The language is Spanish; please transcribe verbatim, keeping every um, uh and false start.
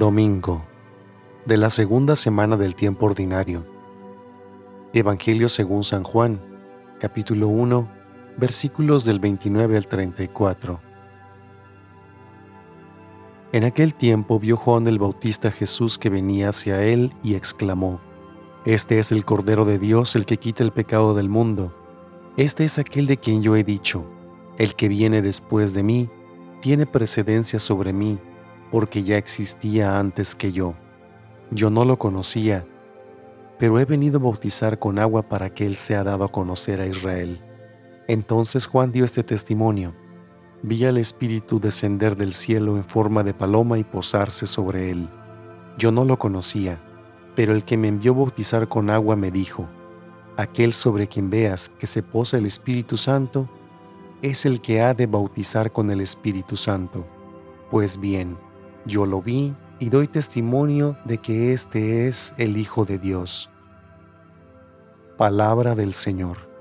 Domingo de la segunda semana del tiempo ordinario. Evangelio según San Juan, capítulo uno, versículos del veintinueve al treinta y cuatro. En aquel tiempo vio Juan el Bautista a Jesús que venía hacia él y exclamó: Este es el Cordero de Dios, el que quita el pecado del mundo. Este es aquel de quien yo he dicho: el que viene después de mí tiene precedencia sobre mí, porque ya existía antes que yo. Yo no lo conocía, pero he venido a bautizar con agua para que él sea dado a conocer a Israel. Entonces Juan dio este testimonio: Vi al Espíritu descender del cielo en forma de paloma y posarse sobre él. Yo no lo conocía, pero el que me envió a bautizar con agua me dijo: Aquel sobre quien veas que se posa el Espíritu Santo es el que ha de bautizar con el Espíritu Santo. Pues bien, yo lo vi y doy testimonio de que este es el Hijo de Dios. Palabra del Señor.